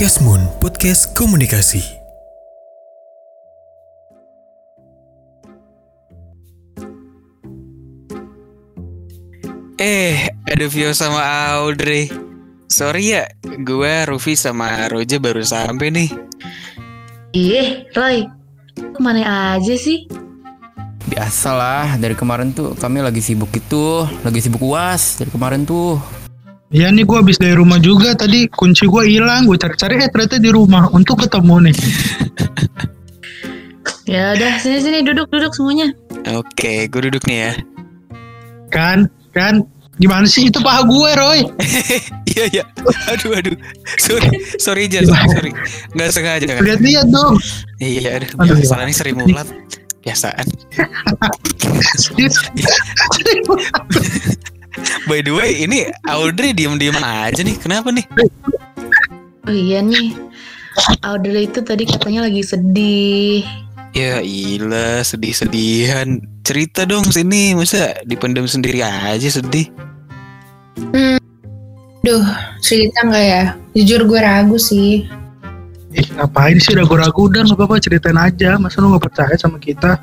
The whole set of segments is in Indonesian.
Podcast Moon, podcast komunikasi. Ada Vio sama Audrey. Sorry ya, gue, Rufi sama Roja baru sampai nih. Roy, kemana aja sih? Biasalah, dari kemarin tuh kami lagi sibuk UAS dari kemarin tuh. Iya nih, gue habis dari rumah juga. Tadi kunci gue hilang, gue cari-cari ternyata di rumah. Untuk ketemu nih. Ya udah, sini duduk semuanya. Oke, gue duduk nih ya. Kan gimana sih itu paha gue, Roy? Iya. Aduh. Sorry aja, sorry. Nggak sengaja kan. Lihat dong. Iya, aduh. Biasa nih sering mulat. Biasaan. By the way, ini Audrey diem-dieman aja nih. Kenapa nih? Oh iya nih, Audrey itu tadi katanya lagi sedih. Ya ilah, sedih-sedihan. Cerita dong sini, masa dipendam sendiri aja sedih? Duh, cerita nggak ya? Jujur gue ragu sih. Ngapain sih ragu-ragu? Udah gak apa-apa, ceritain aja. Masa lu gak percaya sama kita?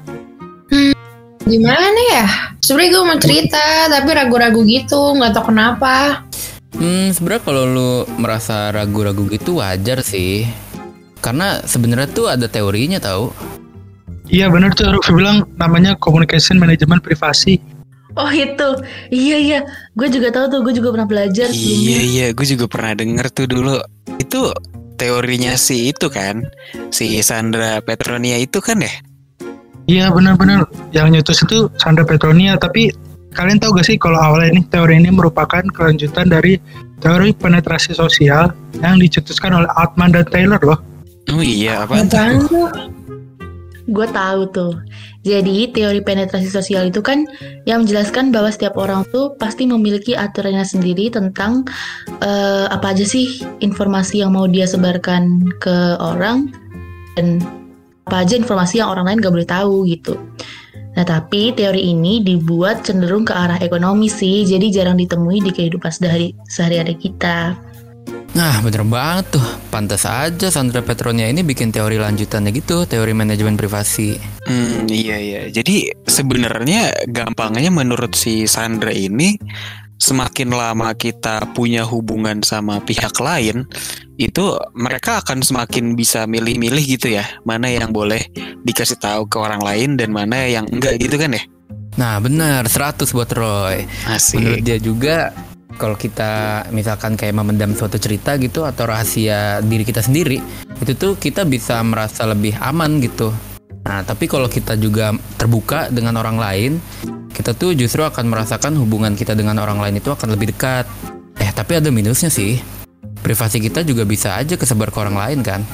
Gimana ya? Sebenernya gue mau cerita, tapi ragu-ragu gitu, nggak tahu kenapa. Sebenarnya kalau lu merasa ragu-ragu gitu wajar sih. Karena sebenarnya tuh ada teorinya tahu. Iya benar tuh, Rufi bilang namanya communication management privasi. Oh itu, iya, gue juga tahu tuh, gue juga pernah belajar sebelumnya. Iya, gue juga pernah denger tuh dulu. Itu teorinya si itu kan, si Sandra Petronia itu kan ya? Iya benar-benar, yang nyetus itu Sandra Petronia. Tapi kalian tahu gak sih kalau awalnya teori ini merupakan kelanjutan dari teori penetrasi sosial yang dicetuskan oleh Altman dan Taylor loh. Oh iya, apaan tuh? Gue tahu tuh. Jadi teori penetrasi sosial itu kan yang menjelaskan bahwa setiap orang tuh pasti memiliki aturannya sendiri tentang apa aja sih informasi yang mau dia sebarkan ke orang dan apa aja informasi yang orang lain gak boleh tahu gitu. Nah tapi teori ini dibuat cenderung ke arah ekonomi sih, jadi jarang ditemui di kehidupan sehari-hari kita. Nah bener banget tuh, pantas aja Sandra Petronia ini bikin teori lanjutannya gitu, teori manajemen privasi. Iya. Jadi sebenarnya gampangnya menurut si Sandra ini, semakin lama kita punya hubungan sama pihak lain, itu mereka akan semakin bisa milih-milih gitu ya, mana yang boleh dikasih tahu ke orang lain dan mana yang enggak gitu kan ya. Nah benar, 100 buat Roy. Asik. Menurut dia juga, kalau kita misalkan kayak memendam suatu cerita gitu atau rahasia diri kita sendiri, itu tuh kita bisa merasa lebih aman gitu. Nah tapi kalau kita juga terbuka dengan orang lain, kita tuh justru akan merasakan hubungan kita dengan orang lain itu akan lebih dekat. Tapi ada minusnya sih. Privasi kita juga bisa aja kesebar ke orang lain kan.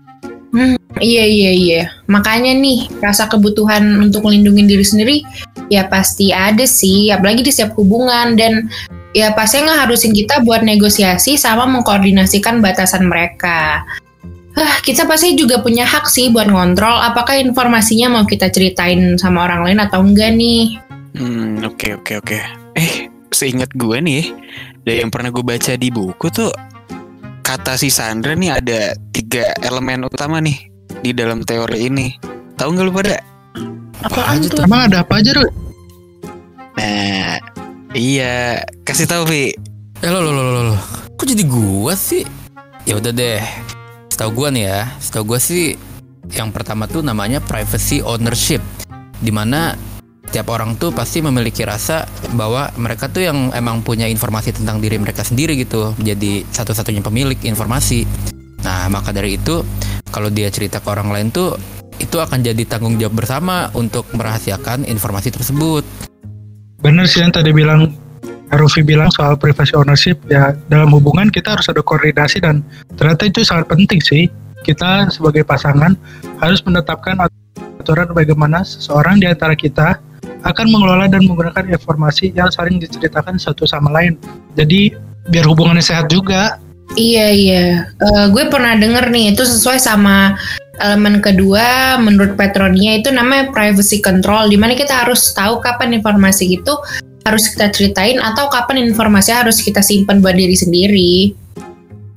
Iya. Makanya nih, rasa kebutuhan untuk melindungi diri sendiri ya pasti ada sih, apalagi di setiap hubungan. Dan ya pasti ngeharusin kita buat negosiasi sama mengkoordinasikan batasan mereka. Kita pasti juga punya hak sih buat ngontrol apakah informasinya mau kita ceritain sama orang lain atau enggak nih. Oke. Seingat gue nih, dari yang pernah gue baca di buku tuh, kata si Sandra nih ada 3 elemen utama nih di dalam teori ini. Tahu nggak lu pada? Apaan tuh? Emang ada apa aja, Roy? Nah, iya, kasih tahu Vi. Loh. Kok jadi gua sih? Ya udah deh. Setahu gua sih yang pertama tuh namanya privacy ownership, dimana tiap orang tuh pasti memiliki rasa bahwa mereka tuh yang emang punya informasi tentang diri mereka sendiri gitu, jadi satu-satunya pemilik informasi. Nah maka dari itu, kalau dia cerita ke orang lain tuh, itu akan jadi tanggung jawab bersama untuk merahasiakan informasi tersebut. Bener sih yang tadi Rufi bilang soal privacy ownership. Ya dalam hubungan kita harus ada koordinasi, dan ternyata itu sangat penting sih. Kita sebagai pasangan harus menetapkan aturan bagaimana seseorang di antara kita akan mengelola dan menggunakan informasi yang saling diceritakan satu sama lain. Jadi biar hubungannya sehat juga. Iya. Gue pernah denger nih, itu sesuai sama elemen kedua menurut Petronia, itu namanya privacy control, dimana kita harus tahu kapan informasi itu harus kita ceritain atau kapan informasi harus kita simpan buat diri sendiri.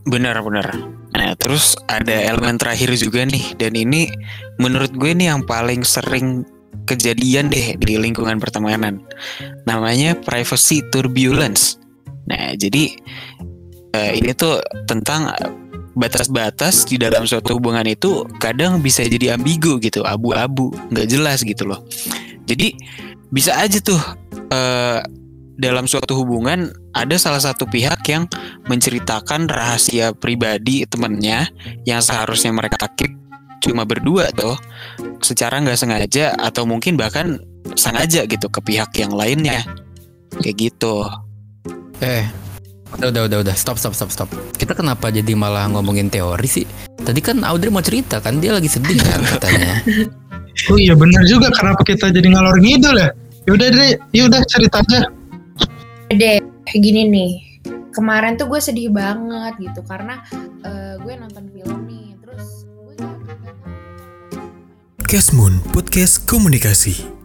Benar-benar. Nah, terus ada elemen terakhir juga nih, dan ini menurut gue nih yang paling sering kejadian deh di lingkungan pertemanan. Namanya privacy turbulence. Nah, jadi ini tuh tentang batas-batas di dalam suatu hubungan itu kadang bisa jadi ambigu gitu, abu-abu, nggak jelas gitu loh. Jadi bisa aja tuh dalam suatu hubungan ada salah satu pihak yang menceritakan rahasia pribadi temennya yang seharusnya mereka keep cuma berdua tuh, secara nggak sengaja atau mungkin bahkan sengaja gitu ke pihak yang lainnya, kayak gitu. Udah, stop. Kita kenapa jadi malah ngomongin teori sih? Tadi kan Audrey mau cerita kan, dia lagi sedih kan katanya. Oh iya benar juga, kenapa kita jadi ngalor ngidul ya? Yaudah cerita aja. Deh, gini nih. Kemarin tuh gue sedih banget gitu karena gue nonton film nih, terus gue Podcast Moon, podcast komunikasi.